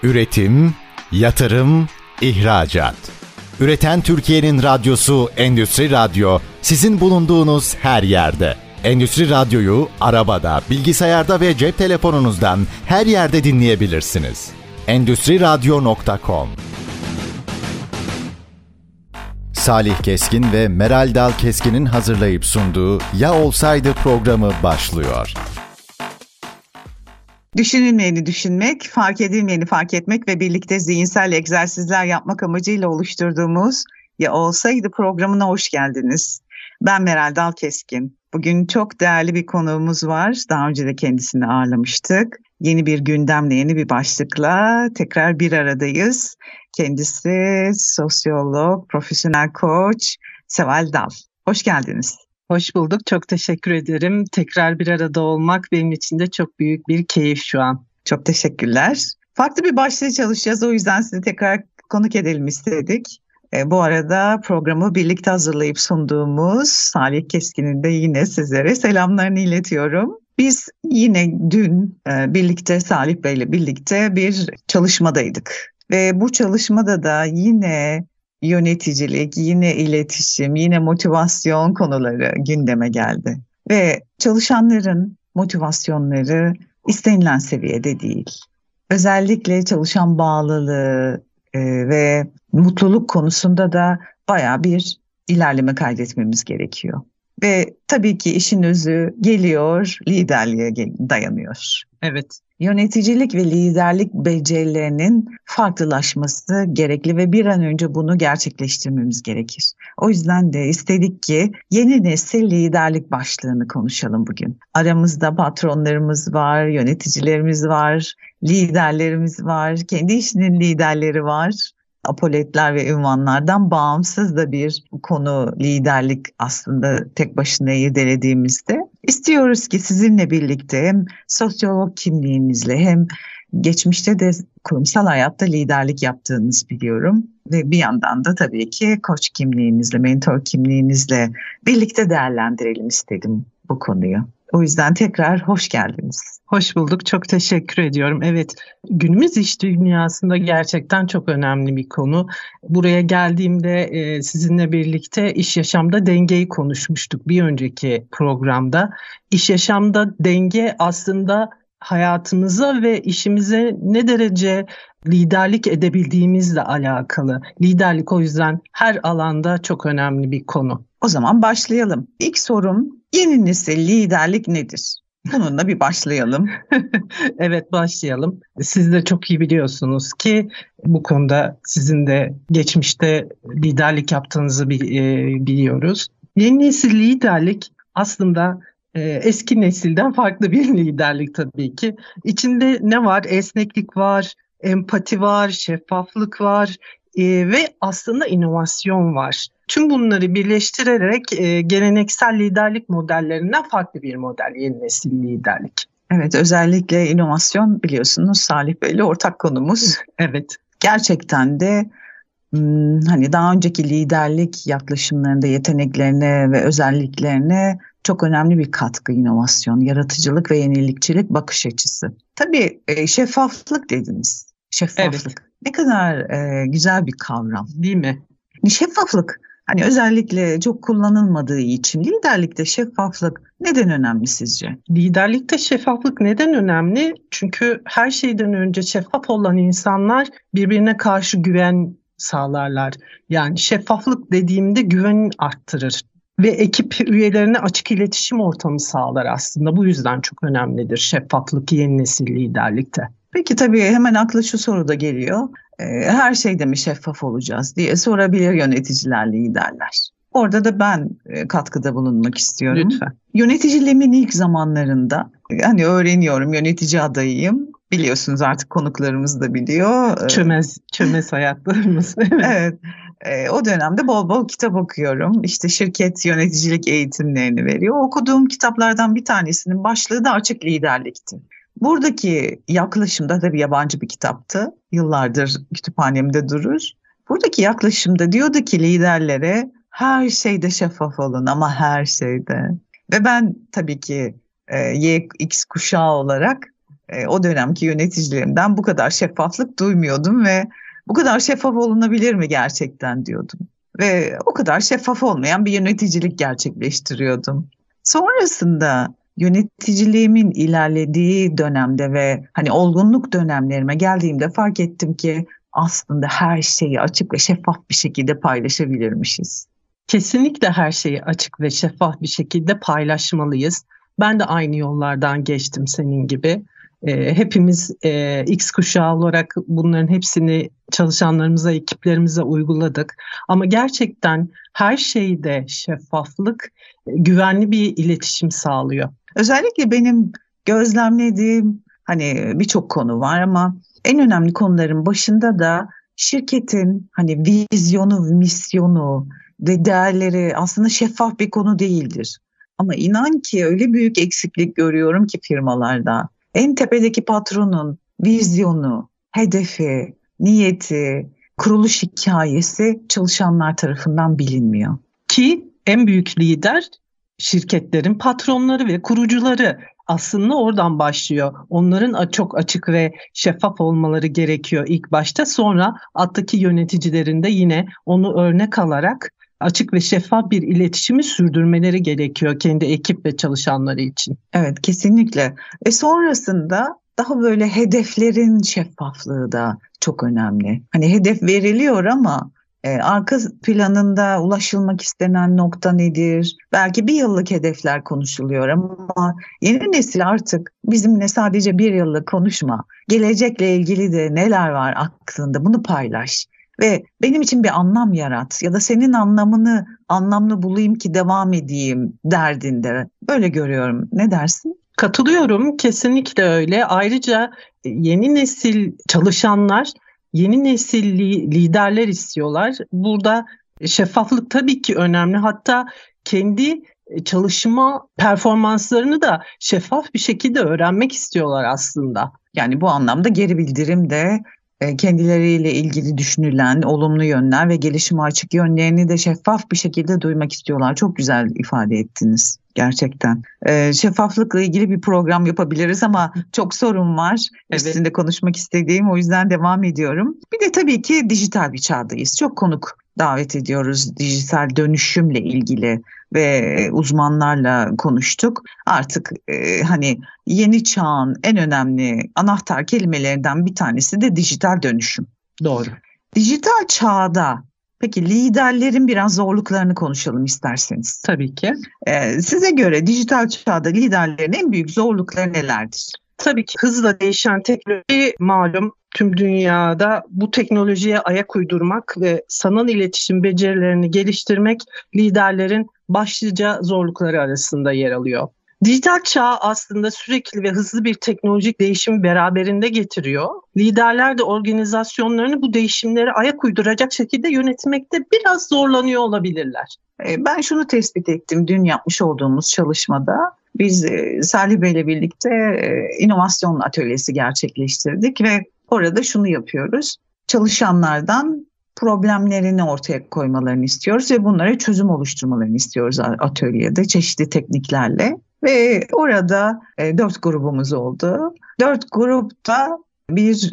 Üretim, yatırım, ihracat. Üreten Türkiye'nin radyosu Endüstri Radyo, sizin bulunduğunuz her yerde. Endüstri Radyo'yu arabada, bilgisayarda ve cep telefonunuzdan her yerde dinleyebilirsiniz. Endüstriradyo.com. Salih Keskin ve Meral Dal Keskin'in hazırlayıp sunduğu Ya Olsaydı programı başlıyor. Düşünülmeyeni düşünmek, fark edilmeyeni fark etmek ve birlikte zihinsel egzersizler yapmak amacıyla oluşturduğumuz Ya Olsaydı programına hoş geldiniz. Ben Meral Dal Keskin. Bugün çok değerli bir konuğumuz var. Daha önce de kendisini ağırlamıştık. Yeni bir gündemle, yeni bir başlıkla tekrar bir aradayız. Kendisi sosyolog, profesyonel koç Seval Dal. Hoş geldiniz. Hoş bulduk. Çok teşekkür ederim. Tekrar bir arada olmak benim için de çok büyük bir keyif şu an. Çok teşekkürler. Farklı bir başlığı çalışacağız. O yüzden sizi tekrar konuk edelim istedik. Bu arada programı birlikte hazırlayıp sunduğumuz Salih Keskin'in de yine sizlere selamlarını iletiyorum. Biz yine dün birlikte Salih Bey'le birlikte bir çalışmadaydık. Ve bu çalışmada da yine yöneticilik, yine iletişim, yine motivasyon konuları gündeme geldi. Ve çalışanların motivasyonları istenilen seviyede değil. Özellikle çalışan bağlılığı ve mutluluk konusunda da bayağı bir ilerleme kaydetmemiz gerekiyor. Ve tabii ki işin özü geliyor, liderliğe dayanıyor. Evet. Yöneticilik ve liderlik becerilerinin farklılaşması gerekli ve bir an önce bunu gerçekleştirmemiz gerekir. O yüzden de istedik ki yeni nesil liderlik başlığını konuşalım bugün. Aramızda patronlarımız var, yöneticilerimiz var, liderlerimiz var, kendi işinin liderleri var. Apoletler ve ünvanlardan bağımsız da bir konu liderlik aslında tek başına irdelediğimizde. İstiyoruz ki sizinle birlikte hem sosyolog kimliğinizle hem geçmişte de kurumsal hayatta liderlik yaptığınızı biliyorum. Ve bir yandan da tabii ki koç kimliğinizle, mentor kimliğinizle birlikte değerlendirelim istedim bu konuyu. O yüzden tekrar hoş geldiniz. Hoş bulduk. Çok teşekkür ediyorum. Evet, günümüz iş dünyasında gerçekten çok önemli bir konu. Buraya geldiğimde sizinle birlikte iş yaşamda dengeyi konuşmuştuk bir önceki programda. İş yaşamda denge aslında hayatımıza ve işimize ne derece liderlik edebildiğimizle alakalı. Liderlik o yüzden her alanda çok önemli bir konu. O zaman başlayalım. İlk sorum, yeni nesil liderlik nedir? Bununla bir başlayalım. Evet, başlayalım. Siz de çok iyi biliyorsunuz ki bu konuda sizin de geçmişte liderlik yaptığınızı biliyoruz. Yeni nesil liderlik aslında eski nesilden farklı bir liderlik tabii ki. İçinde ne var? Esneklik var, empati var, şeffaflık var ve aslında inovasyon var. Tüm bunları birleştirerek geleneksel liderlik modellerinden farklı bir model, yeni nesil liderlik. Evet, özellikle inovasyon biliyorsunuz Salih Bey'le ortak konumuz. Evet. Gerçekten de hani daha önceki liderlik yaklaşımlarında yeteneklerine ve özelliklerine çok önemli bir katkı inovasyon, yaratıcılık ve yenilikçilik bakış açısı. Tabii şeffaflık dediniz. Şeffaflık. Evet. Ne kadar güzel bir kavram. Değil mi? Şeffaflık hani özellikle çok kullanılmadığı için liderlikte şeffaflık neden önemli sizce? Liderlikte şeffaflık neden önemli? Çünkü her şeyden önce şeffaf olan insanlar birbirine karşı güven sağlarlar. Yani şeffaflık dediğimde güveni arttırır ve ekip üyelerine açık iletişim ortamı sağlar aslında. Bu yüzden çok önemlidir şeffaflık yeni nesil liderlikte. Peki tabii hemen akla şu soru da geliyor. Her şeyde mi şeffaf olacağız diye sorabilir yöneticiler, liderler. Orada da ben katkıda bulunmak istiyorum. Lütfen. Yöneticiliğimin ilk zamanlarında hani öğreniyorum, yönetici adayıyım. Biliyorsunuz artık konuklarımız da biliyor. Çömez hayatlarımız. Evet. O dönemde bol bol kitap okuyorum. İşte şirket yöneticilik eğitimlerini veriyor. Okuduğum kitaplardan bir tanesinin başlığı da açık liderlikti. Buradaki yaklaşımda tabii yabancı bir kitaptı. Yıllardır kütüphanemde durur. Buradaki yaklaşımda diyordu ki liderlere her şeyde şeffaf olun ama her şeyde. Ve ben tabii ki YX kuşağı olarak o dönemki yöneticilerimden bu kadar şeffaflık duymuyordum ve bu kadar şeffaf olunabilir mi gerçekten diyordum. Ve o kadar şeffaf olmayan bir yöneticilik gerçekleştiriyordum. Sonrasında yöneticiliğimin ilerlediği dönemde ve hani olgunluk dönemlerime geldiğimde fark ettim ki aslında her şeyi açık ve şeffaf bir şekilde paylaşabilirmişiz. Kesinlikle her şeyi açık ve şeffaf bir şekilde paylaşmalıyız. Ben de aynı yollardan geçtim senin gibi. Hepimiz X kuşağı olarak bunların hepsini çalışanlarımıza, ekiplerimize uyguladık. Ama gerçekten her şeyde şeffaflık, güvenli bir iletişim sağlıyor. Özellikle benim gözlemlediğim hani birçok konu var ama en önemli konuların başında da şirketin hani vizyonu, misyonu ve değerleri aslında şeffaf bir konu değildir. Ama inan ki öyle büyük eksiklik görüyorum ki firmalarda. En tepedeki patronun vizyonu, hedefi, niyeti, kuruluş hikayesi çalışanlar tarafından bilinmiyor. Ki en büyük lider şirketlerin patronları ve kurucuları. Aslında oradan başlıyor. Onların çok açık ve şeffaf olmaları gerekiyor ilk başta. Sonra alttaki yöneticilerin de yine onu örnek alarak açık ve şeffaf bir iletişimi sürdürmeleri gerekiyor kendi ekip ve çalışanları için. Evet, kesinlikle. Sonrasında daha böyle hedeflerin şeffaflığı da çok önemli. Hani hedef veriliyor ama arka planında ulaşılmak istenen nokta nedir? Belki bir yıllık hedefler konuşuluyor ama yeni nesil artık bizimle sadece bir yıllık konuşma. Gelecekle ilgili de neler var aklında, bunu paylaş. Ve benim için bir anlam yarat ya da senin anlamını anlamlı bulayım ki devam edeyim derdinde. Böyle görüyorum. Ne dersin? Katılıyorum. Kesinlikle öyle. Ayrıca yeni nesil çalışanlar yeni nesil liderler istiyorlar. Burada şeffaflık tabii ki önemli. Hatta kendi çalışma performanslarını da şeffaf bir şekilde öğrenmek istiyorlar aslında. Yani bu anlamda geri bildirim de kendileriyle ilgili düşünülen olumlu yönler ve gelişime açık yönlerini de şeffaf bir şekilde duymak istiyorlar. Çok güzel ifade ettiniz gerçekten. Şeffaflıkla ilgili bir program yapabiliriz ama çok sorun var. Evet. Üstünde konuşmak istediğim, o yüzden devam ediyorum. Bir de tabii ki dijital bir çağdayız. Çok konuk davet ediyoruz dijital dönüşümle ilgili ve uzmanlarla konuştuk. Artık hani yeni çağın en önemli anahtar kelimelerinden bir tanesi de dijital dönüşüm. Doğru. Dijital çağda peki liderlerin biraz zorluklarını konuşalım isterseniz. Tabii ki. Size göre dijital çağda liderlerin en büyük zorlukları nelerdir? Tabii ki hızla değişen teknoloji malum. Tüm dünyada bu teknolojiye ayak uydurmak ve sanal iletişim becerilerini geliştirmek liderlerin başlıca zorlukları arasında yer alıyor. Dijital çağ aslında sürekli ve hızlı bir teknolojik değişimi beraberinde getiriyor. Liderler de organizasyonlarını bu değişimlere ayak uyduracak şekilde yönetmekte biraz zorlanıyor olabilirler. Ben şunu tespit ettim dün yapmış olduğumuz çalışmada. Biz Salih Bey'le birlikte inovasyon atölyesi gerçekleştirdik ve orada şunu yapıyoruz. Çalışanlardan problemlerini ortaya koymalarını istiyoruz ve bunlara çözüm oluşturmalarını istiyoruz atölyede çeşitli tekniklerle. Ve orada 4 grubumuz oldu. 4 grupta bir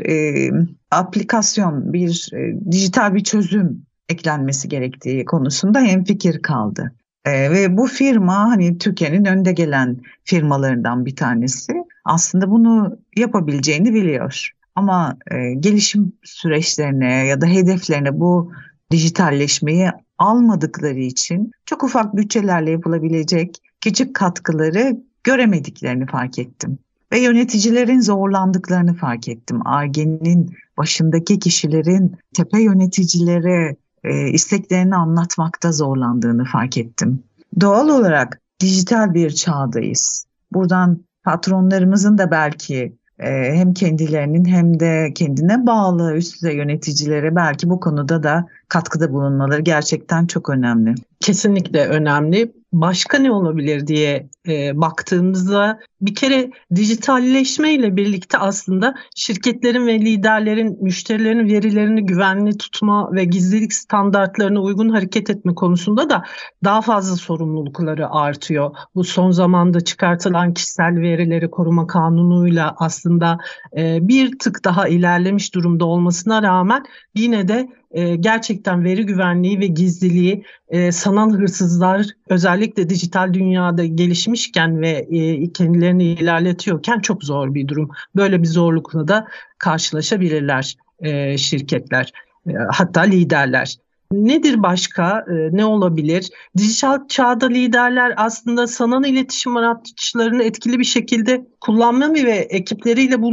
aplikasyon, dijital bir çözüm eklenmesi gerektiği konusunda hemfikir kaldı. Ve bu firma hani Türkiye'nin önde gelen firmalarından bir tanesi. Aslında bunu yapabileceğini biliyor. Ama gelişim süreçlerine ya da hedeflerine bu dijitalleşmeyi almadıkları için çok ufak bütçelerle yapılabilecek küçük katkıları göremediklerini fark ettim. Ve yöneticilerin zorlandıklarını fark ettim. Ar-Ge'nin başındaki kişilerin tepe yöneticilere isteklerini anlatmakta zorlandığını fark ettim. Doğal olarak dijital bir çağdayız. Buradan patronlarımızın da belki hem kendilerinin hem de kendine bağlı üst düzey yöneticilere belki bu konuda da katkıda bulunmaları gerçekten çok önemli. Kesinlikle önemli. başka ne olabilir diye baktığımızda bir kere dijitalleşme ile birlikte aslında şirketlerin ve liderlerin müşterilerin verilerini güvenli tutma ve gizlilik standartlarına uygun hareket etme konusunda da daha fazla sorumlulukları artıyor. Bu son zamanda çıkartılan kişisel verileri koruma kanunuyla aslında bir tık daha ilerlemiş durumda olmasına rağmen yine de gerçekten veri güvenliği ve gizliliği sanal hırsızlar özellikle dijital dünyada gelişmişken ve kendilerini ilerletiyorken çok zor bir durum. Böyle bir zorlukla da karşılaşabilirler şirketler, hatta liderler. Nedir başka? Ne olabilir? Dijital çağda liderler aslında sanal iletişim araçlarını etkili bir şekilde kullanma ve ekipleriyle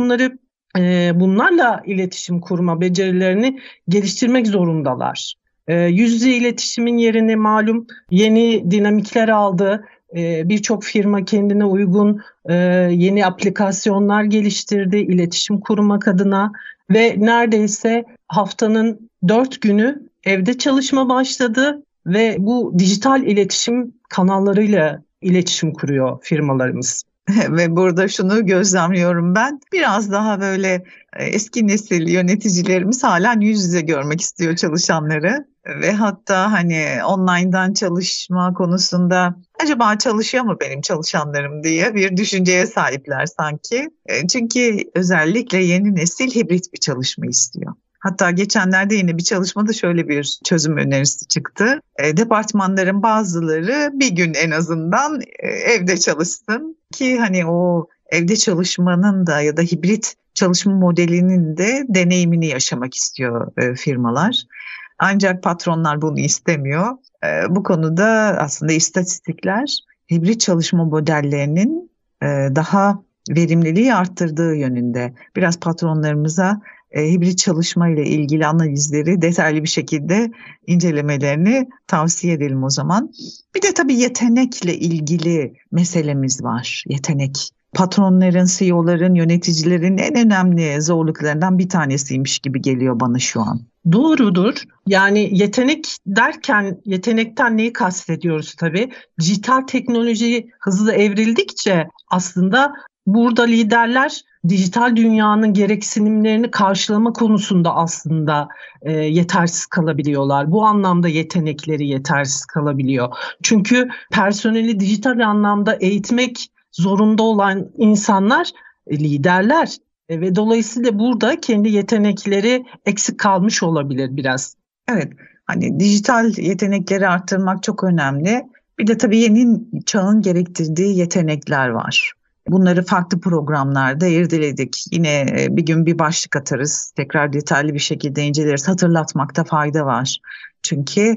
bunlarla iletişim kurma becerilerini geliştirmek zorundalar. Yüz yüze iletişimin yerini malum yeni dinamikler aldı. Birçok firma kendine uygun yeni aplikasyonlar geliştirdi iletişim kurmak adına ve neredeyse haftanın 4 günü evde çalışma başladı ve bu dijital iletişim kanallarıyla iletişim kuruyor firmalarımız. Ve burada şunu gözlemliyorum ben. Biraz daha böyle eski nesil yöneticilerimiz halen yüz yüze görmek istiyor çalışanları. Ve hatta hani online'dan çalışma konusunda acaba çalışıyor mu benim çalışanlarım diye bir düşünceye sahipler sanki. Çünkü özellikle yeni nesil hibrit bir çalışma istiyor. Hatta geçenlerde yine bir çalışmada şöyle bir çözüm önerisi çıktı. Departmanların bazıları bir gün en azından evde çalışsın ki hani o evde çalışmanın da ya da hibrit çalışma modelinin de deneyimini yaşamak istiyor firmalar. Ancak patronlar bunu istemiyor. Bu konuda aslında istatistikler hibrit çalışma modellerinin daha verimliliği arttırdığı yönünde. Biraz patronlarımıza hibrit çalışma ile ilgili analizleri detaylı bir şekilde incelemelerini tavsiye edelim o zaman. Bir de tabii yetenekle ilgili meselemiz var. Yetenek. Patronların, CEO'ların, yöneticilerin en önemli zorluklarından bir tanesiymiş gibi geliyor bana şu an. Doğrudur. Yani yetenek derken yetenekten neyi kastediyoruz tabii? Dijital teknoloji hızlı evrildikçe aslında burada liderler dijital dünyanın gereksinimlerini karşılama konusunda aslında yetersiz kalabiliyorlar. Bu anlamda yetenekleri yetersiz kalabiliyor. Çünkü personeli dijital anlamda eğitmek zorunda olan insanlar liderler ve dolayısıyla burada kendi yetenekleri eksik kalmış olabilir biraz. Evet, hani dijital yetenekleri arttırmak çok önemli. Bir de tabii yeni çağın gerektirdiği yetenekler var. Bunları farklı programlarda irdeledik. Yine bir gün bir başlık atarız. Tekrar detaylı bir şekilde inceleriz. Hatırlatmakta fayda var. Çünkü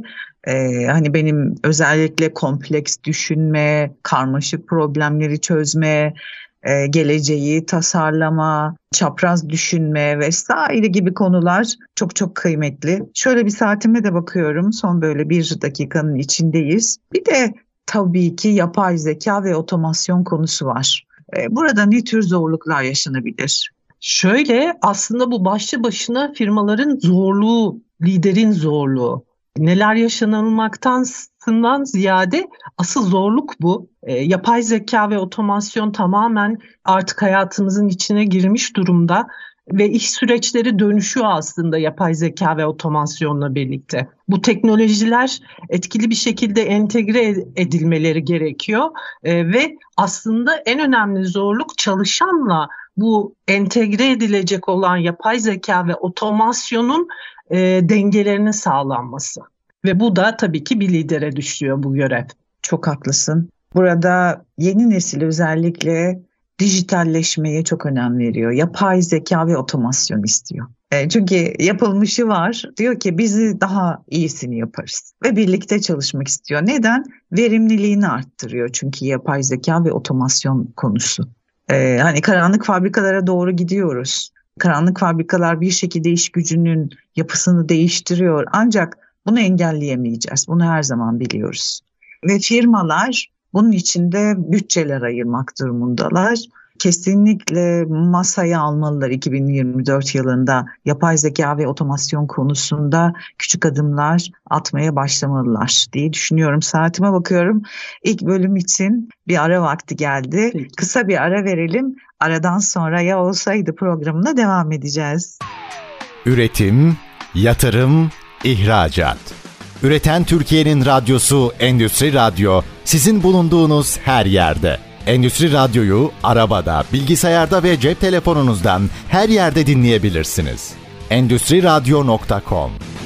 hani benim özellikle kompleks düşünme, karmaşık problemleri çözme, geleceği tasarlama, çapraz düşünme vesaire gibi konular çok çok kıymetli. Şöyle bir saatime de bakıyorum. Son böyle 1 dakikanın içindeyiz. Bir de tabii ki yapay zeka ve otomasyon konusu var. Burada ne tür zorluklar yaşanabilir? Şöyle aslında bu başlı başına firmaların zorluğu, liderin zorluğu. Neler yaşanılmaktan ziyade asıl zorluk bu. Yapay zeka ve otomasyon tamamen artık hayatımızın içine girmiş durumda ve iş süreçleri dönüşüyor aslında yapay zeka ve otomasyonla birlikte. Bu teknolojiler etkili bir şekilde entegre edilmeleri gerekiyor ve aslında en önemli zorluk çalışanla bu entegre edilecek olan yapay zeka ve otomasyonun dengelerinin sağlanması. Ve bu da tabii ki bir lidere düşüyor bu görev. Çok haklısın. Burada yeni nesil özellikle dijitalleşmeye çok önem veriyor. Yapay zeka ve otomasyon istiyor. Çünkü yapılmışı var. Diyor ki bizi daha iyisini yaparız. Ve birlikte çalışmak istiyor. Neden? Verimliliğini arttırıyor. Çünkü yapay zeka ve otomasyon konusu. Hani karanlık fabrikalara doğru gidiyoruz. Karanlık fabrikalar bir şekilde iş gücünün yapısını değiştiriyor. Ancak bunu engelleyemeyeceğiz. Bunu her zaman biliyoruz. Ve firmalar bunun için de bütçeler ayırmak durumundalar kesinlikle masaya almalılar 2024 yılında. Yapay zeka ve otomasyon konusunda küçük adımlar atmaya başlamalılar diye düşünüyorum. Saatime bakıyorum. İlk bölüm için bir ara vakti geldi. Peki. Kısa bir ara verelim. Aradan sonra Ya Olsaydı programına devam edeceğiz. Üretim, yatırım, ihracat. Üreten Türkiye'nin radyosu Endüstri Radyo, sizin bulunduğunuz her yerde. Endüstri Radyo'yu arabada, bilgisayarda ve cep telefonunuzdan her yerde dinleyebilirsiniz. Endüstriradyo.com.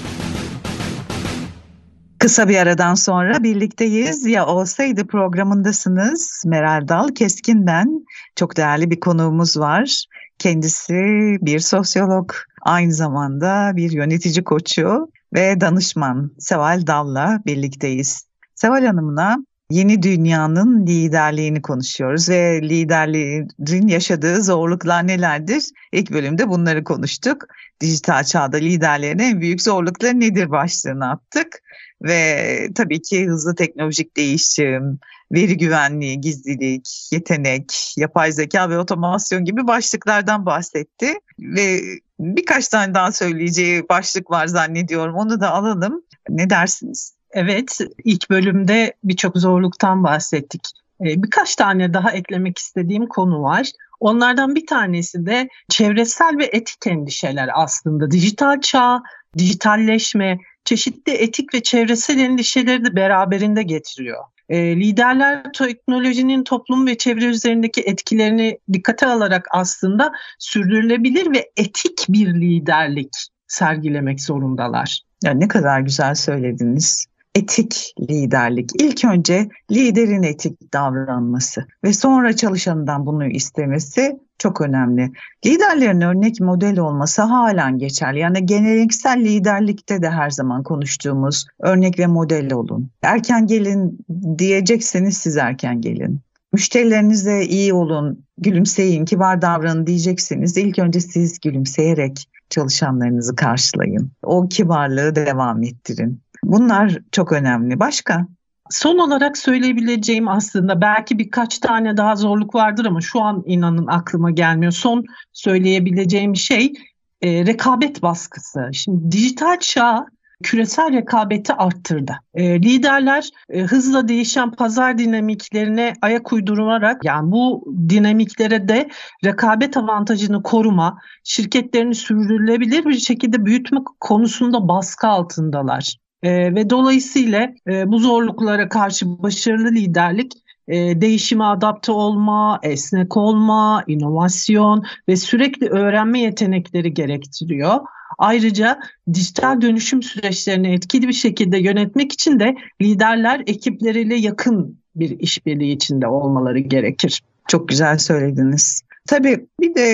Kısa bir aradan sonra birlikteyiz. Ya Olsaydı programındasınız. Meral Dal Keskin ben. Çok değerli bir konuğumuz var. Kendisi bir sosyolog, aynı zamanda bir yönetici koçu ve danışman Seval Dal'la birlikteyiz. Seval Hanım'la yeni dünyanın liderliğini konuşuyoruz ve liderlerin yaşadığı zorluklar nelerdir? İlk bölümde bunları konuştuk. Dijital çağda liderlerin en büyük zorlukları nedir başlığını attık. Ve tabii ki hızlı teknolojik değişim, veri güvenliği, gizlilik, yetenek, yapay zeka ve otomasyon gibi başlıklardan bahsetti. Ve birkaç tane daha söyleyeceği başlık var zannediyorum. Onu da alalım. Ne dersiniz? Evet, ilk bölümde birçok zorluktan bahsettik. Birkaç tane daha eklemek istediğim konu var. Onlardan bir tanesi de çevresel ve etik endişeler aslında. Dijital çağ, dijitalleşme, çeşitli etik ve çevresel endişeleri de beraberinde getiriyor. Liderler teknolojinin toplum ve çevre üzerindeki etkilerini dikkate alarak aslında sürdürülebilir ve etik bir liderlik sergilemek zorundalar. Ya ne kadar güzel söylediniz. Etik liderlik. İlk önce liderin etik davranması ve sonra çalışanından bunu istemesi çok önemli. Liderlerin örnek model olması halen geçerli. Yani geleneksel liderlikte de her zaman konuştuğumuz örnek ve model olun. Erken gelin diyecekseniz siz erken gelin. Müşterilerinize iyi olun, gülümseyin, kibar davranın diyecekseniz ilk önce siz gülümseyerek çalışanlarınızı karşılayın. O kibarlığı devam ettirin. Bunlar çok önemli. Başka? Son olarak söyleyebileceğim aslında belki birkaç tane daha zorluk vardır ama şu an inanın aklıma gelmiyor. Son söyleyebileceğim şey rekabet baskısı. Şimdi dijital çağ küresel rekabeti arttırdı. Liderler hızla değişen pazar dinamiklerine ayak uydurarak yani bu dinamiklere de rekabet avantajını koruma, şirketlerini sürdürülebilir bir şekilde büyütme konusunda baskı altındalar. Ve dolayısıyla bu zorluklara karşı başarılı liderlik değişime adapte olma, esnek olma, inovasyon ve sürekli öğrenme yetenekleri gerektiriyor. Ayrıca dijital dönüşüm süreçlerini etkili bir şekilde yönetmek için de liderler ekipleriyle yakın bir işbirliği içinde olmaları gerekir. Çok güzel söylediniz. Tabii bir de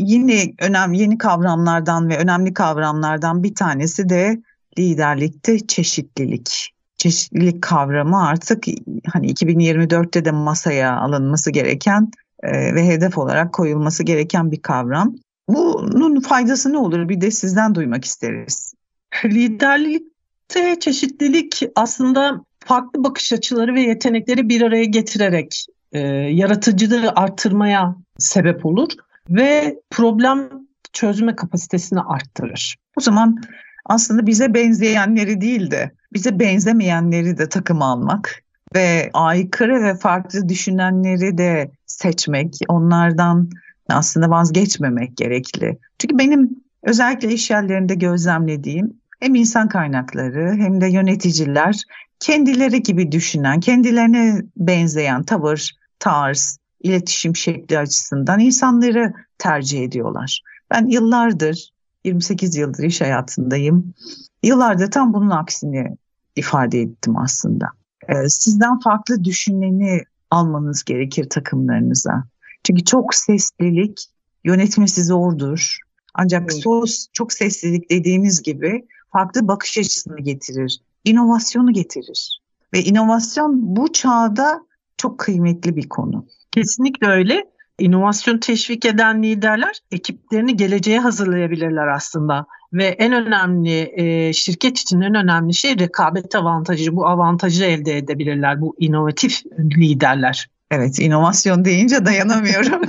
yeni kavramlardan ve önemli kavramlardan bir tanesi de liderlikte çeşitlilik. Çeşitlilik kavramı artık hani 2024'te de masaya alınması gereken ve hedef olarak koyulması gereken bir kavram. Bunun faydası ne olur? Bir de sizden duymak isteriz. Liderlikte çeşitlilik aslında farklı bakış açıları ve yetenekleri bir araya getirerek yaratıcılığı artırmaya sebep olur ve problem çözme kapasitesini arttırır. O zaman aslında bize benzeyenleri değil de bize benzemeyenleri de takıma almak ve aykırı ve farklı düşünenleri de seçmek, onlardan aslında vazgeçmemek gerekli. Çünkü benim özellikle iş yerlerinde gözlemlediğim hem insan kaynakları hem de yöneticiler kendileri gibi düşünen, kendilerine benzeyen tavır, tarz, iletişim şekli açısından insanları tercih ediyorlar. Ben yıllardır 28 yıldır iş hayatındayım. Yıllardır tam bunun aksini ifade ettim aslında. Sizden farklı düşüneni almanız gerekir takımlarınıza. Çünkü çok seslilik yönetmesi zordur. Ancak çok seslilik dediğimiz gibi farklı bakış açısını getirir. İnovasyonu getirir. Ve inovasyon bu çağda çok kıymetli bir konu. Kesinlikle öyle. İnovasyon teşvik eden liderler ekiplerini geleceğe hazırlayabilirler aslında. Ve en önemli şirket için en önemli şey rekabet avantajı. Bu avantajı elde edebilirler bu inovatif liderler. Evet, inovasyon deyince dayanamıyorum.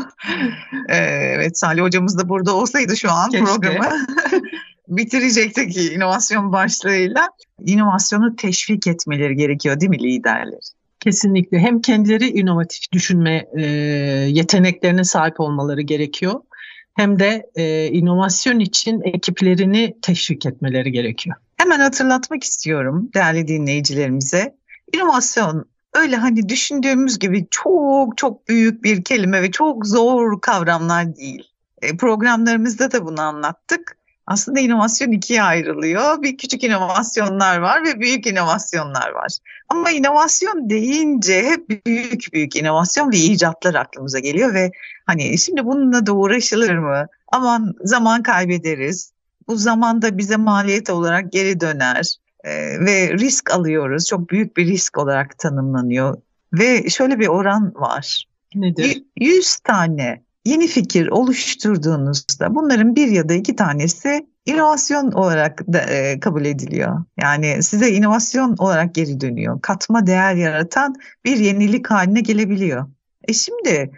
Evet, Salih hocamız da burada olsaydı şu an Keşke. programı bitirecektik inovasyon başlığıyla. İnovasyonu teşvik etmeleri gerekiyor değil mi liderler? Kesinlikle. Hem kendileri inovatif düşünme yeteneklerine sahip olmaları gerekiyor. Hem de inovasyon için ekiplerini teşvik etmeleri gerekiyor. Hemen hatırlatmak istiyorum değerli dinleyicilerimize. İnovasyon öyle hani düşündüğümüz gibi çok çok büyük bir kelime ve çok zor kavramlar değil. Programlarımızda da bunu anlattık. Aslında inovasyon ikiye ayrılıyor. Bir küçük inovasyonlar var ve büyük inovasyonlar var. Ama inovasyon deyince hep büyük büyük inovasyon ve icatlar aklımıza geliyor ve hani şimdi bununla da uğraşılır mı? Aman zaman kaybederiz. Bu zaman da bize maliyet olarak geri döner ve risk alıyoruz. Çok büyük bir risk olarak tanımlanıyor. Ve şöyle bir oran var. Nedir? 100 tane yeni fikir oluşturduğunuzda bunların bir ya da iki tanesi inovasyon olarak da, kabul ediliyor. Yani size inovasyon olarak geri dönüyor. Katma değer yaratan bir yenilik haline gelebiliyor. Şimdi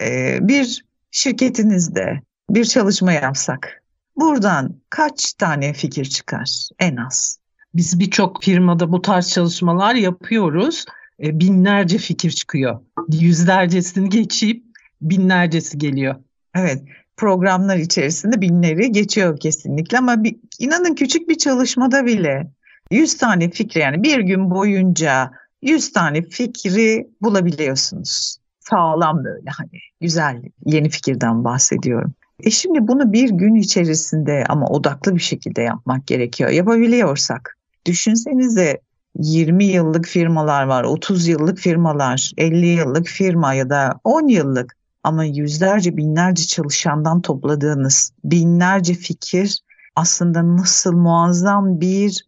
bir şirketinizde bir çalışma yapsak, buradan kaç tane fikir çıkar en az? Biz birçok firmada bu tarz çalışmalar yapıyoruz. Binlerce fikir çıkıyor. Yüzlercesini geçip binlercesi geliyor. Evet, programlar içerisinde binleri geçiyor kesinlikle ama inanın küçük bir çalışmada bile 100 tane fikri yani bir gün boyunca 100 tane fikri bulabiliyorsunuz. Sağlam böyle hani güzel yeni fikirden bahsediyorum. Şimdi bunu bir gün içerisinde ama odaklı bir şekilde yapmak gerekiyor. Yapabiliyorsak düşünsenize 20 yıllık firmalar var, 30 yıllık firmalar, 50 yıllık firma ya da 10 yıllık ama yüzlerce binlerce çalışandan topladığınız binlerce fikir aslında nasıl muazzam bir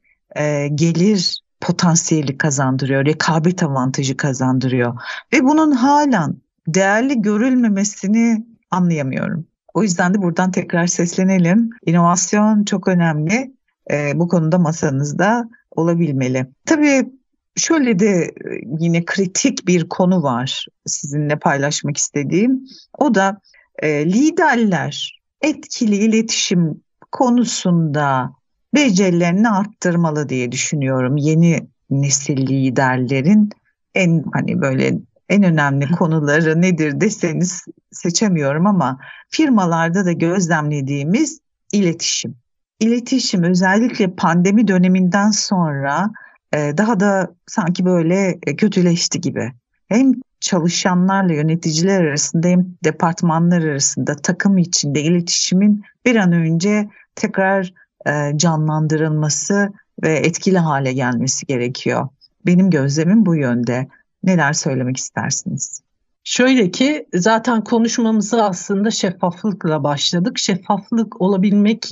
gelir potansiyeli kazandırıyor, rekabet avantajı kazandırıyor ve bunun halen değerli görülmemesini anlayamıyorum. O yüzden de buradan tekrar seslenelim. İnovasyon çok önemli. Bu konuda masanızda olabilmeli. Tabii şöyle de yine kritik bir konu var sizinle paylaşmak istediğim. O da liderler etkili iletişim konusunda becerilerini arttırmalı diye düşünüyorum. Yeni nesil liderlerin en önemli konuları nedir deseniz seçemiyorum ama firmalarda da gözlemlediğimiz iletişim. İletişim özellikle pandemi döneminden sonra daha da sanki böyle kötüleşti gibi. Hem çalışanlarla yöneticiler arasında hem departmanlar arasında takım içinde iletişimin bir an önce tekrar canlandırılması ve etkili hale gelmesi gerekiyor. Benim gözlemim bu yönde. Neler söylemek istersiniz? Şöyle ki zaten konuşmamıza aslında şeffaflıkla başladık. Şeffaflık olabilmek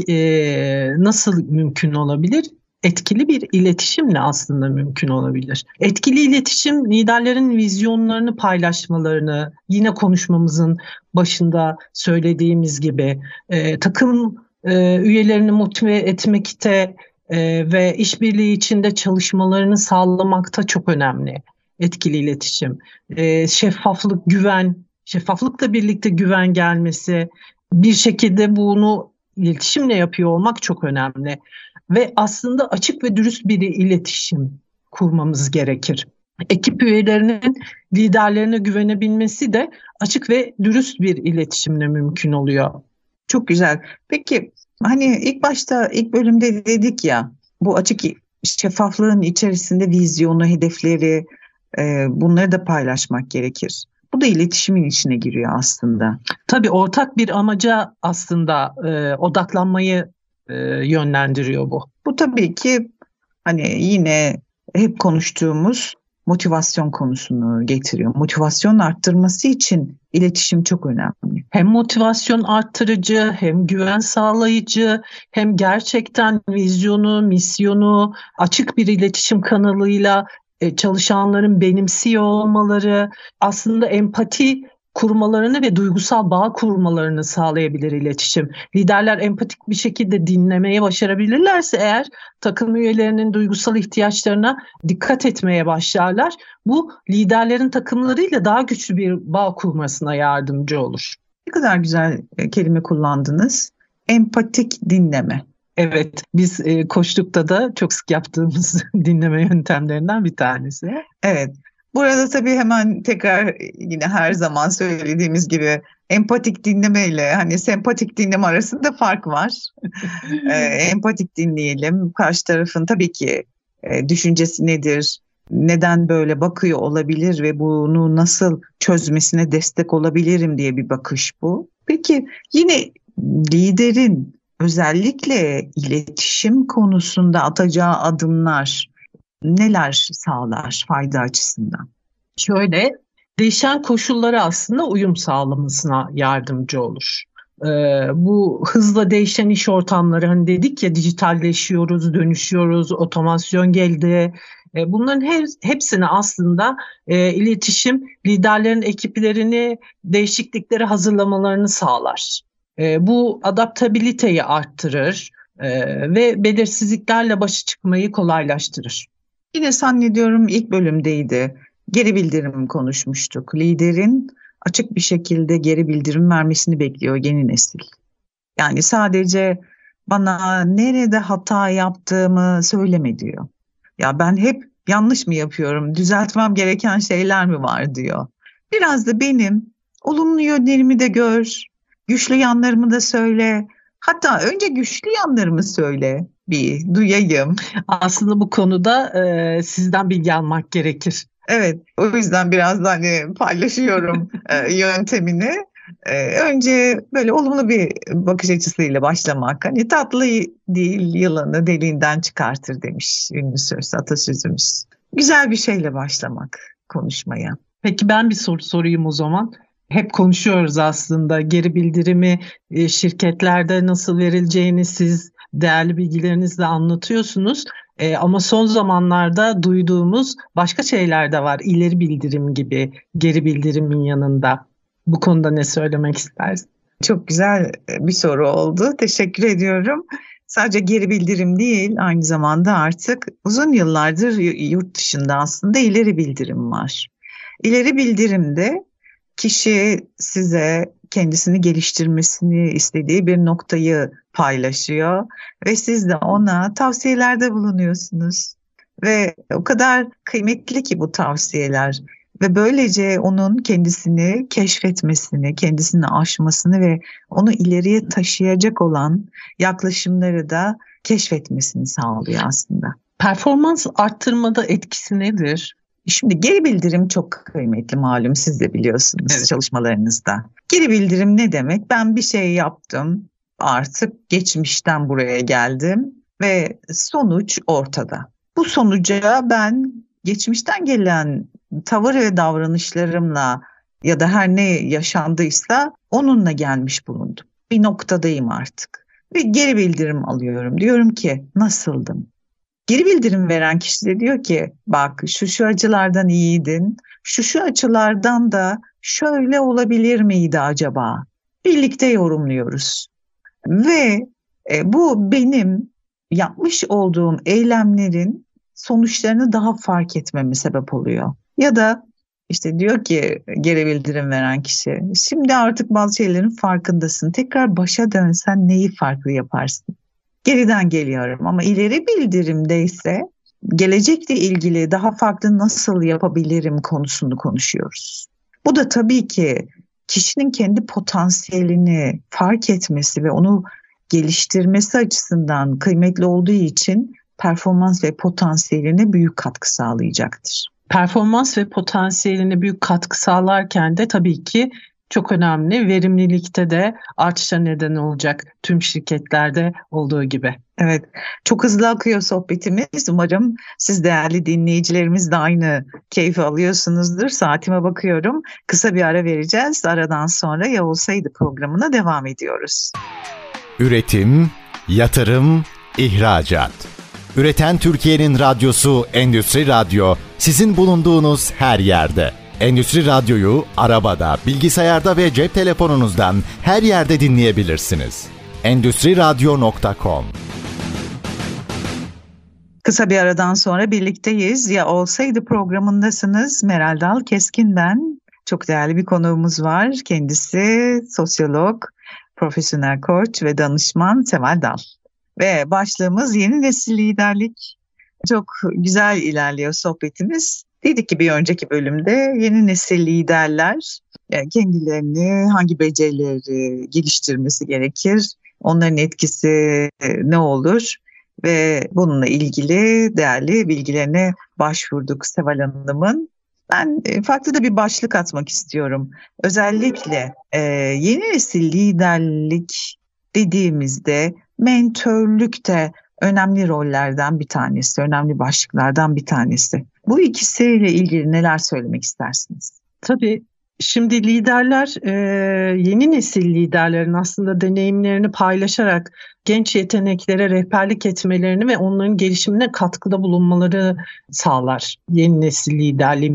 nasıl mümkün olabilir? Etkili bir iletişimle aslında mümkün olabilir. Etkili iletişim liderlerin vizyonlarını paylaşmalarını, yine konuşmamızın başında söylediğimiz gibi takım üyelerini motive etmekte ve işbirliği içinde çalışmalarını sağlamakta çok önemli. Etkili iletişim, şeffaflık, güven, şeffaflıkla birlikte güven gelmesi, bir şekilde bunu iletişimle yapıyor olmak çok önemli. Ve aslında açık ve dürüst bir iletişim kurmamız gerekir. Ekip üyelerinin liderlerine güvenebilmesi de açık ve dürüst bir iletişimle mümkün oluyor. Çok güzel. Peki hani ilk bölümde dedik ya bu açık şeffaflığın içerisinde vizyonu, hedefleri bunları da paylaşmak gerekir. Bu da iletişimin içine giriyor aslında. Tabii ortak bir amaca aslında odaklanmayı yönlendiriyor bu. Bu tabii ki hani yine hep konuştuğumuz motivasyon konusunu getiriyor. Motivasyon arttırması için iletişim çok önemli. Hem motivasyon arttırıcı, hem güven sağlayıcı, hem gerçekten vizyonu, misyonu açık bir iletişim kanalıyla çalışanların benimsiyor olmaları, aslında empati kurmalarını ve duygusal bağ kurmalarını sağlayabilir iletişim. Liderler empatik bir şekilde dinlemeyi başarabilirlerse eğer takım üyelerinin duygusal ihtiyaçlarına dikkat etmeye başlarlar. Bu liderlerin takımlarıyla daha güçlü bir bağ kurmasına yardımcı olur. Ne kadar güzel kelime kullandınız. Empatik dinleme. Evet, biz koçlukta da çok sık yaptığımız dinleme yöntemlerinden bir tanesi. Evet, burada tabii hemen tekrar yine her zaman söylediğimiz gibi empatik dinleme ile hani sempatik dinleme arasında fark var. Empatik dinleyelim. Karşı tarafın tabii ki düşüncesi nedir? Neden böyle bakıyor olabilir ve bunu nasıl çözmesine destek olabilirim diye bir bakış bu. Peki yine liderin özellikle iletişim konusunda atacağı adımlar neler sağlar fayda açısından? Şöyle, değişen koşullara aslında uyum sağlamasına yardımcı olur. Bu hızla değişen iş ortamları, hani dedik ya, dijitalleşiyoruz, dönüşüyoruz, otomasyon geldi. Bunların hepsini aslında iletişim liderlerin ekiplerini değişikliklere hazırlamalarını sağlar. Bu adaptabiliteyi arttırır ve belirsizliklerle başa çıkmayı kolaylaştırır. Yine zannediyorum ilk bölümdeydi. Geri bildirim konuşmuştuk. Liderin açık bir şekilde geri bildirim vermesini bekliyor yeni nesil. Yani sadece bana nerede hata yaptığımı söyleme diyor. Ya ben hep yanlış mı yapıyorum, düzeltmem gereken şeyler mi var diyor. Biraz da benim olumlu yönlerimi de gör, güçlü yanlarımı da söyle. Hatta önce güçlü yanlarımı söyle, bir duyayım. Aslında bu konuda sizden bilgi almak gerekir. Evet, o yüzden biraz da hani paylaşıyorum yöntemini. Önce böyle olumlu bir bakış açısıyla başlamak. Hani tatlı değil yılanı deliğinden çıkartır demiş ünlü söz, atasözümüz. Güzel bir şeyle başlamak konuşmaya. Peki ben bir soru sorayım o zaman. Hep konuşuyoruz aslında geri bildirimi şirketlerde nasıl verileceğini siz değerli bilgilerinizle anlatıyorsunuz. Ama son zamanlarda duyduğumuz başka şeyler de var. İleri bildirim gibi geri bildirimin yanında. Bu konuda ne söylemek istersin? Çok güzel bir soru oldu. Teşekkür ediyorum. Sadece geri bildirim değil, aynı zamanda artık uzun yıllardır yurt dışında aslında ileri bildirim var. İleri bildirimde kişi size kendisini geliştirmesini istediği bir noktayı paylaşıyor ve siz de ona tavsiyelerde bulunuyorsunuz. Ve o kadar kıymetli ki bu tavsiyeler ve böylece onun kendisini keşfetmesini, kendisini aşmasını ve onu ileriye taşıyacak olan yaklaşımları da keşfetmesini sağlıyor aslında. Performans arttırmada etkisi nedir? Şimdi geri bildirim çok kıymetli, malum siz de biliyorsunuz, evet, çalışmalarınızda. Geri bildirim ne demek? Ben bir şey yaptım, artık geçmişten buraya geldim ve sonuç ortada. Bu sonuca ben geçmişten gelen tavır ve davranışlarımla ya da her ne yaşandıysa onunla gelmiş bulundum. Bir noktadayım artık ve geri bildirim alıyorum. Diyorum ki nasıldım? Geri bildirim veren kişi de diyor ki bak şu açılardan iyiydin, şu açılardan da şöyle olabilir miydi acaba? Birlikte yorumluyoruz. Ve bu benim yapmış olduğum eylemlerin sonuçlarını daha fark etmeme sebep oluyor. Ya da işte diyor ki geri bildirim veren kişi, şimdi artık bazı şeylerin farkındasın. Tekrar başa dönsen neyi farklı yaparsın? Geriden geliyorum ama ileri bildirimde ise gelecekle ilgili daha farklı nasıl yapabilirim konusunu konuşuyoruz. Bu da tabii ki kişinin kendi potansiyelini fark etmesi ve onu geliştirmesi açısından kıymetli olduğu için performans ve potansiyeline büyük katkı sağlayacaktır. Performans ve potansiyeline büyük katkı sağlarken de tabii ki çok önemli, verimlilikte de artışa neden olacak tüm şirketlerde olduğu gibi. Evet, çok hızlı akıyor sohbetimiz. Umarım siz değerli dinleyicilerimiz de aynı keyfi alıyorsunuzdur. Saatime bakıyorum. Kısa bir ara vereceğiz. Aradan sonra Ya Olsaydı programına devam ediyoruz. Üretim, yatırım, ihracat. Üreten Türkiye'nin radyosu Endüstri Radyo, sizin bulunduğunuz her yerde. Endüstri Radyo'yu arabada, bilgisayarda ve cep telefonunuzdan her yerde dinleyebilirsiniz. Endüstriradyo.com. Kısa bir aradan sonra birlikteyiz. Ya olsaydı programındasınız. Meral Dal Keskin ben. Çok değerli bir konuğumuz var. Kendisi sosyolog, profesyonel koç ve danışman Seval Dal. Ve başlığımız yeni nesil liderlik. Çok güzel ilerliyor sohbetimiz. Dedik ki bir önceki bölümde yeni nesil liderler kendilerini hangi becerileri geliştirmesi gerekir? Onların etkisi ne olur? Ve bununla ilgili değerli bilgilerine başvurduk Seval Hanım'ın. Ben farklı da bir başlık atmak istiyorum. Özellikle yeni nesil liderlik dediğimizde mentörlük de önemli rollerden bir tanesi, önemli başlıklardan bir tanesi. Bu ikisiyle ilgili neler söylemek istersiniz? Tabii şimdi liderler, yeni nesil liderlerin aslında deneyimlerini paylaşarak genç yeteneklere rehberlik etmelerini ve onların gelişimine katkıda bulunmaları sağlar. Yeni nesil liderliğin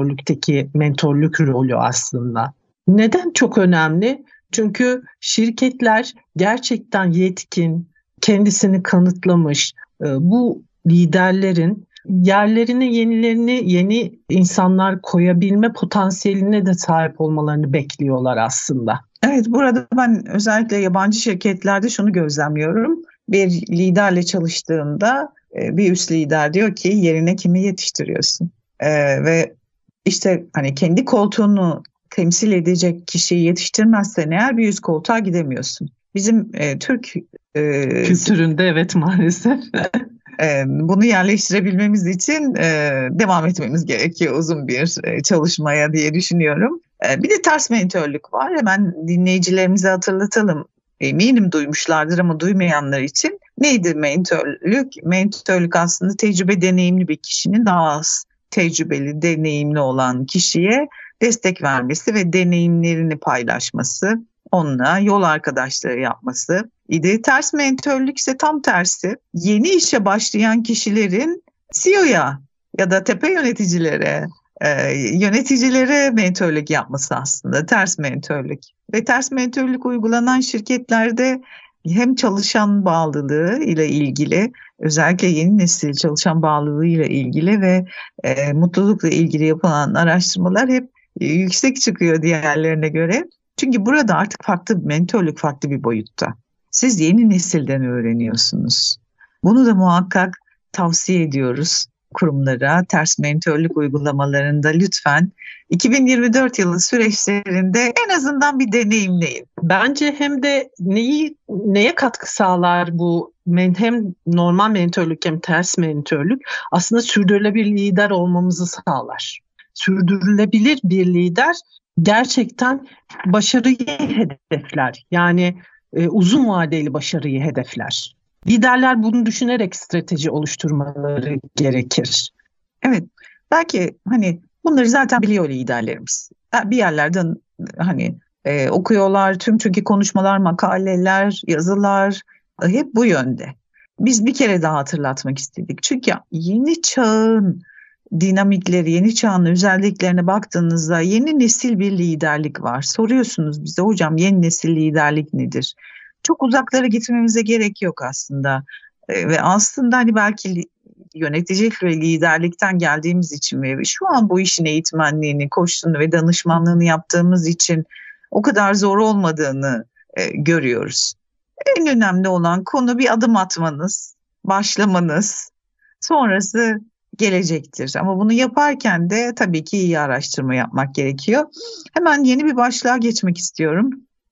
mentorluk rolü aslında. Neden çok önemli? Çünkü şirketler gerçekten yetkin, kendisini kanıtlamış bu liderlerin yerlerine yeni insanlar koyabilme potansiyeline de sahip olmalarını bekliyorlar aslında. Evet, burada ben özellikle yabancı şirketlerde şunu gözlemliyorum. Bir liderle çalıştığında bir üst lider diyor ki yerine kimi yetiştiriyorsun? Ve işte hani kendi koltuğunu temsil edecek kişiyi yetiştirmezsen eğer bir üst koltuğa gidemiyorsun. Bizim Türk kültüründe evet maalesef. Bunu yerleştirebilmemiz için devam etmemiz gerekiyor uzun bir çalışmaya diye düşünüyorum. Bir de ters mentörlük var. Hemen dinleyicilerimize hatırlatalım. Eminim duymuşlardır ama duymayanlar için. Neydi mentörlük? Mentörlük aslında tecrübe deneyimli bir kişinin daha az tecrübeli, deneyimli olan kişiye destek vermesi ve deneyimlerini paylaşması, onunla yol arkadaşlığı yapması idi. Ters mentörlük ise tam tersi. Yeni işe başlayan kişilerin CEO'ya ya da tepe yöneticilere mentörlük yapması aslında ters mentörlük. Ve ters mentörlük uygulanan şirketlerde hem çalışan bağlılığı ile ilgili, özellikle yeni nesil çalışan bağlılığı ile ilgili ve mutlulukla ilgili yapılan araştırmalar hep yüksek çıkıyor diğerlerine göre. Çünkü burada artık mentörlük farklı bir boyutta. Siz yeni nesilden öğreniyorsunuz. Bunu da muhakkak tavsiye ediyoruz kurumlara. Ters mentörlük uygulamalarında lütfen 2024 yılı süreçlerinde en azından bir deneyimleyin. Bence hem de neye katkı sağlar bu hem normal mentörlük hem ters mentörlük aslında sürdürülebilir lider olmamızı sağlar. Sürdürülebilir bir lider gerçekten başarıyı hedefler. Yani uzun vadeli başarıyı hedefler. Liderler bunu düşünerek strateji oluşturmaları gerekir. Evet, belki hani bunları zaten biliyor liderlerimiz. Bir yerlerden hani okuyorlar, çünkü konuşmalar, makaleler, yazılar hep bu yönde. Biz bir kere daha hatırlatmak istedik. Çünkü yeni çağın dinamikleri, yeni çağın özelliklerine baktığınızda yeni nesil bir liderlik var. Soruyorsunuz bize, hocam yeni nesil liderlik nedir? Çok uzaklara gitmemize gerek yok aslında. Ve aslında hani belki yöneticilik ve liderlikten geldiğimiz için ve şu an bu işin eğitmenliğini, koçluğunu ve danışmanlığını yaptığımız için o kadar zor olmadığını görüyoruz. En önemli olan konu bir adım atmanız, başlamanız, sonrası gelecektir. Ama bunu yaparken de tabii ki iyi araştırma yapmak gerekiyor. Hemen yeni bir başlığa geçmek istiyorum.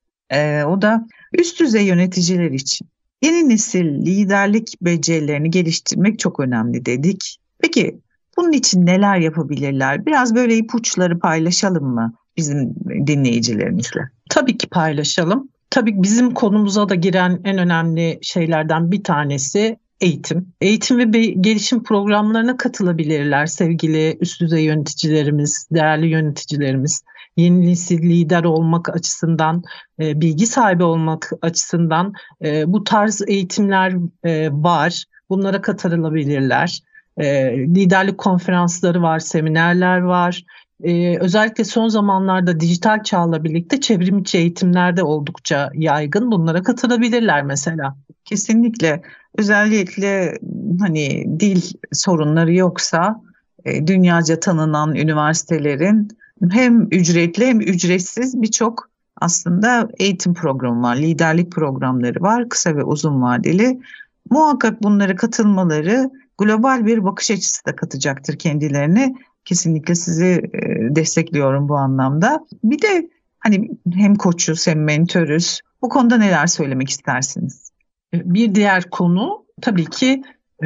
O da üst düzey yöneticiler için. Yeni nesil liderlik becerilerini geliştirmek çok önemli dedik. Peki bunun için neler yapabilirler? Biraz böyle ipuçları paylaşalım mı bizim dinleyicilerimizle? Tabii ki paylaşalım. Tabii bizim konumuza da giren en önemli şeylerden bir tanesi eğitim. Eğitim ve gelişim programlarına katılabilirler sevgili üst düzey yöneticilerimiz, değerli yöneticilerimiz. Yeni nesil lider olmak açısından, bilgi sahibi olmak açısından bu tarz eğitimler var. Bunlara katılabilirler. Liderlik konferansları var, seminerler var. özellikle son zamanlarda dijital çağla birlikte çevrimiçi eğitimlerde oldukça yaygın. Bunlara katılabilirler mesela. Kesinlikle. Özellikle hani dil sorunları yoksa dünyaca tanınan üniversitelerin hem ücretli hem ücretsiz birçok aslında eğitim programı var, liderlik programları var, kısa ve uzun vadeli. Muhakkak bunlara katılmaları global bir bakış açısı da katacaktır kendilerine. Kesinlikle sizi destekliyorum bu anlamda. Bir de hani hem koçuz hem mentörüz. Bu konuda neler söylemek istersiniz? Bir diğer konu tabii ki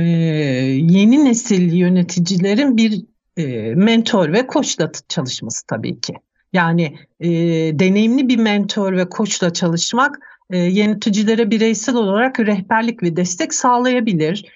yeni nesil yöneticilerin bir mentor ve koçla çalışması tabii ki. Yani deneyimli bir mentor ve koçla çalışmak yöneticilere bireysel olarak rehberlik ve destek sağlayabilir.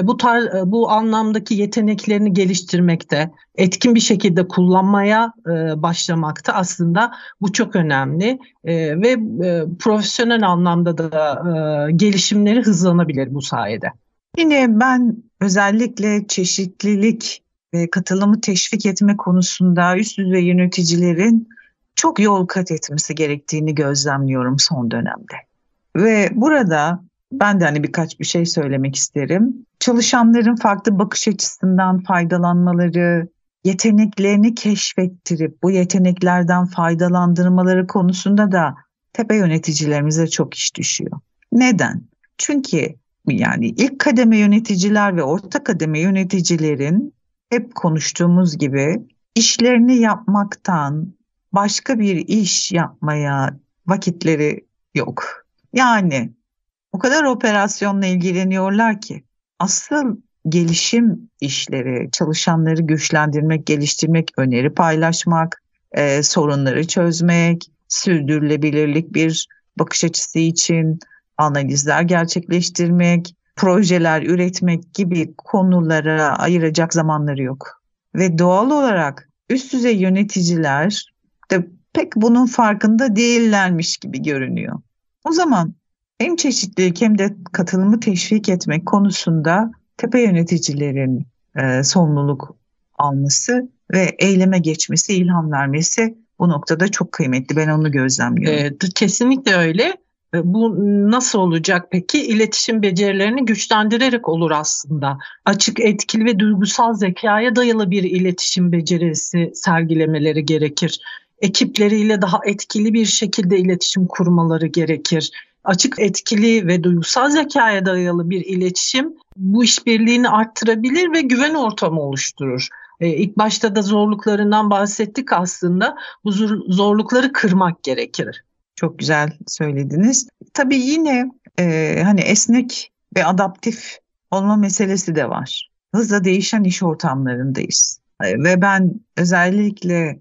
Bu anlamdaki yeteneklerini geliştirmekte, etkin bir şekilde kullanmaya başlamakta aslında bu çok önemli ve profesyonel anlamda da gelişimleri hızlanabilir bu sayede. Yine ben özellikle çeşitlilik ve katılımı teşvik etme konusunda üst düzey yöneticilerin çok yol kat etmesi gerektiğini gözlemliyorum son dönemde. Ve burada ben de hani birkaç bir şey söylemek isterim. Çalışanların farklı bakış açısından faydalanmaları, yeteneklerini keşfettirip bu yeteneklerden faydalandırmaları konusunda da tepe yöneticilerimize çok iş düşüyor. Neden? Çünkü yani ilk kademe yöneticiler ve orta kademe yöneticilerin hep konuştuğumuz gibi işlerini yapmaktan başka bir iş yapmaya vakitleri yok. Yani o kadar operasyonla ilgileniyorlar ki asıl gelişim işleri, çalışanları güçlendirmek, geliştirmek, öneri paylaşmak, sorunları çözmek, sürdürülebilirlik bir bakış açısı için analizler gerçekleştirmek, projeler üretmek gibi konulara ayıracak zamanları yok. Ve doğal olarak üst düzey yöneticiler de pek bunun farkında değillermiş gibi görünüyor. O zaman hem çeşitlilik hem de katılımı teşvik etmek konusunda tepe yöneticilerin sorumluluk alması ve eyleme geçmesi, ilham vermesi bu noktada çok kıymetli. Ben onu gözlemliyorum. Kesinlikle öyle. Bu nasıl olacak peki? İletişim becerilerini güçlendirerek olur aslında. Açık, etkili ve duygusal zekaya dayalı bir iletişim becerisi sergilemeleri gerekir. Ekipleriyle daha etkili bir şekilde iletişim kurmaları gerekir. Açık, etkili ve duygusal zekaya dayalı bir iletişim bu işbirliğini arttırabilir ve güven ortamı oluşturur. İlk başta da zorluklarından bahsettik aslında. Bu zorlukları kırmak gerekir. Çok güzel söylediniz. Tabii yine hani esnek ve adaptif olma meselesi de var. Hızla değişen iş ortamlarındayız. Ve ben özellikle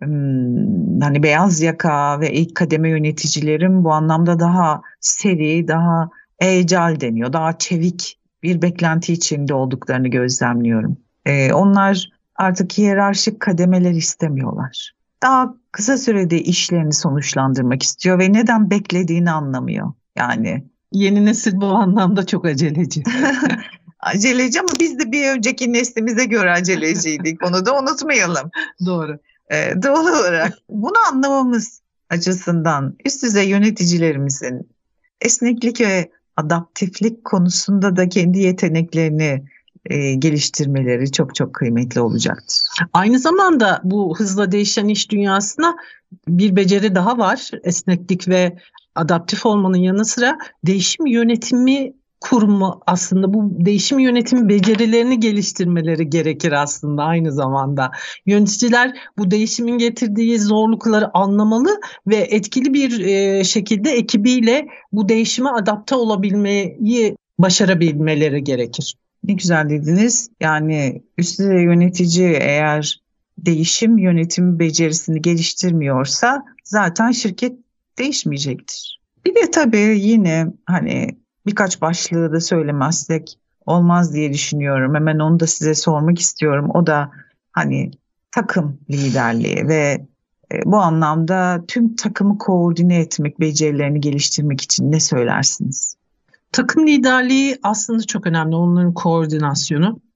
hani beyaz yaka ve ilk kademe yöneticilerin bu anlamda daha seri, daha agile deniyor, daha çevik bir beklenti içinde olduklarını gözlemliyorum. Onlar artık hiyerarşik kademeler istemiyorlar. Daha kısa sürede işlerini sonuçlandırmak istiyor ve neden beklediğini anlamıyor. Yani yeni nesil bu anlamda çok aceleci. Aceleci ama biz de bir önceki neslimize göre aceleciydik. Onu da unutmayalım. Doğru. Doğal olarak bunu anlamamız açısından üst düzey yöneticilerimizin esneklik ve adaptiflik konusunda da kendi yeteneklerini geliştirmeleri çok çok kıymetli olacaktır. Aynı zamanda bu hızla değişen iş dünyasına bir beceri daha var. Esneklik ve adaptif olmanın yanı sıra değişim yönetimi kurumu, aslında bu değişim yönetimi becerilerini geliştirmeleri gerekir aslında aynı zamanda. Yöneticiler bu değişimin getirdiği zorlukları anlamalı ve etkili bir şekilde ekibiyle bu değişime adapte olabilmeyi başarabilmeleri gerekir. Ne güzel dediniz. Yani üst düzey yönetici eğer değişim yönetimi becerisini geliştirmiyorsa zaten şirket değişmeyecektir. Bir de tabii yine hani birkaç başlığı da söylemezsek olmaz diye düşünüyorum. Hemen onu da size sormak istiyorum. O da hani takım liderliği ve bu anlamda tüm takımı koordine etmek, becerilerini geliştirmek için ne söylersiniz? Takım liderliği aslında çok önemli, onların koordinasyonu.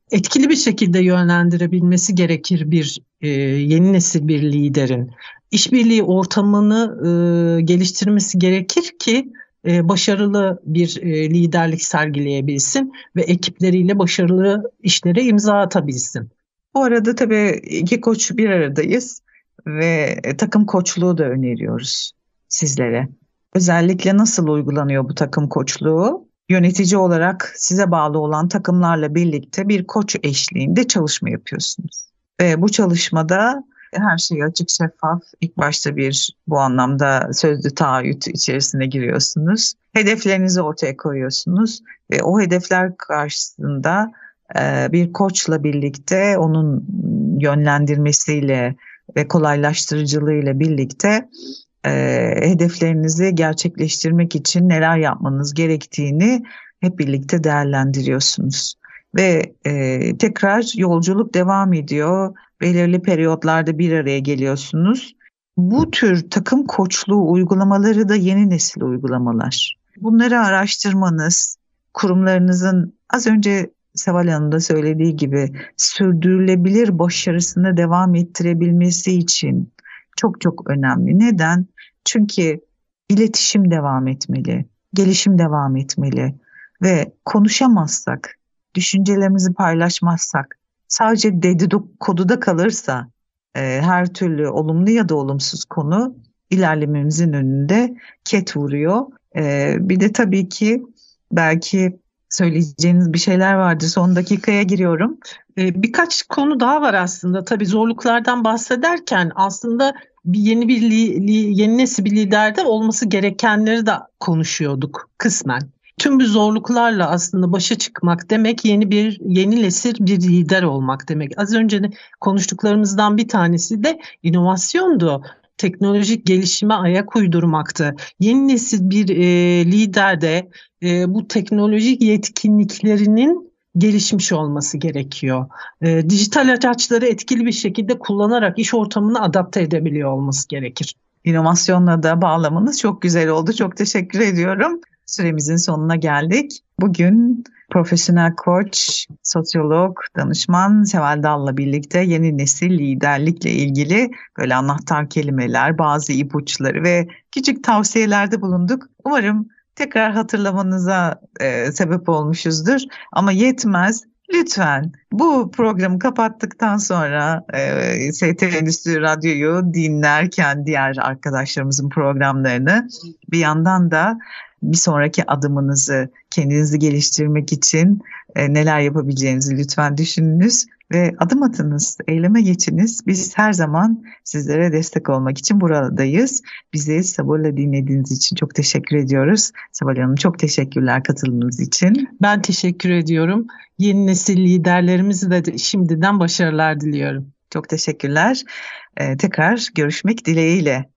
etkili bir şekilde yönlendirebilmesi gerekir bir yeni nesil bir liderin. İşbirliği ortamını geliştirmesi gerekir ki başarılı bir liderlik sergileyebilsin ve ekipleriyle başarılı işlere imza atabilsin. Bu arada tabii iki koç bir aradayız ve takım koçluğu da öneriyoruz sizlere. Özellikle nasıl uygulanıyor bu takım koçluğu? Yönetici olarak size bağlı olan takımlarla birlikte bir koç eşliğinde çalışma yapıyorsunuz. Ve bu çalışmada her şey açık, şeffaf. İlk başta bu anlamda sözlü taahhüt içerisine giriyorsunuz. Hedeflerinizi ortaya koyuyorsunuz ve o hedefler karşısında bir koçla birlikte onun yönlendirmesiyle ve kolaylaştırıcılığıyla birlikte hedeflerinizi gerçekleştirmek için neler yapmanız gerektiğini hep birlikte değerlendiriyorsunuz. Ve tekrar yolculuk devam ediyor. Belirli periyotlarda bir araya geliyorsunuz. Bu tür takım koçluğu uygulamaları da yeni nesil uygulamalar. Bunları araştırmanız, kurumlarınızın az önce Seval Hanım da söylediği gibi sürdürülebilir başarısını devam ettirebilmesi için çok çok önemli. Neden? Çünkü iletişim devam etmeli, gelişim devam etmeli ve konuşamazsak, düşüncelerimizi paylaşmazsak, sadece dedikoduda kalırsa her türlü olumlu ya da olumsuz konu ilerlememizin önünde ket vuruyor. Bir de tabii ki belki söyleyeceğiniz bir şeyler vardı. Son dakikaya giriyorum. Birkaç konu daha var aslında. Tabii zorluklardan bahsederken aslında yeni nesil bir liderde olması gerekenleri de konuşuyorduk kısmen. Tüm bu zorluklarla aslında başa çıkmak demek yeni nesil bir lider olmak demek. Az önce de konuştuklarımızdan bir tanesi de inovasyondu. Teknolojik gelişime ayak uydurmaktı. Yeni nesil bir liderde bu teknolojik yetkinliklerinin gelişmiş olması gerekiyor. Dijital araçları etkili bir şekilde kullanarak iş ortamını adapte edebiliyor olması gerekir. İnovasyonla da bağlamanız çok güzel oldu. Çok teşekkür ediyorum. Süremizin sonuna geldik. Bugün profesyonel koç, sosyolog, danışman Seval Dal'la birlikte yeni nesil liderlikle ilgili böyle anahtar kelimeler, bazı ipuçları ve küçük tavsiyelerde bulunduk. Umarım tekrar hatırlamanıza sebep olmuşuzdur. Ama yetmez. Lütfen bu programı kapattıktan sonra ST Endüstri Radyo'yu dinlerken diğer arkadaşlarımızın programlarını bir yandan da bir sonraki adımınızı kendinizi geliştirmek için neler yapabileceğinizi lütfen düşününüz ve adım atınız, eyleme geçiniz. Biz her zaman sizlere destek olmak için buradayız. Bizi sabırla dinlediğiniz için çok teşekkür ediyoruz. Seval Hanım çok teşekkürler katılımınız için. Ben teşekkür ediyorum. Yeni nesil liderlerimize de şimdiden başarılar diliyorum. Çok teşekkürler. Tekrar görüşmek dileğiyle.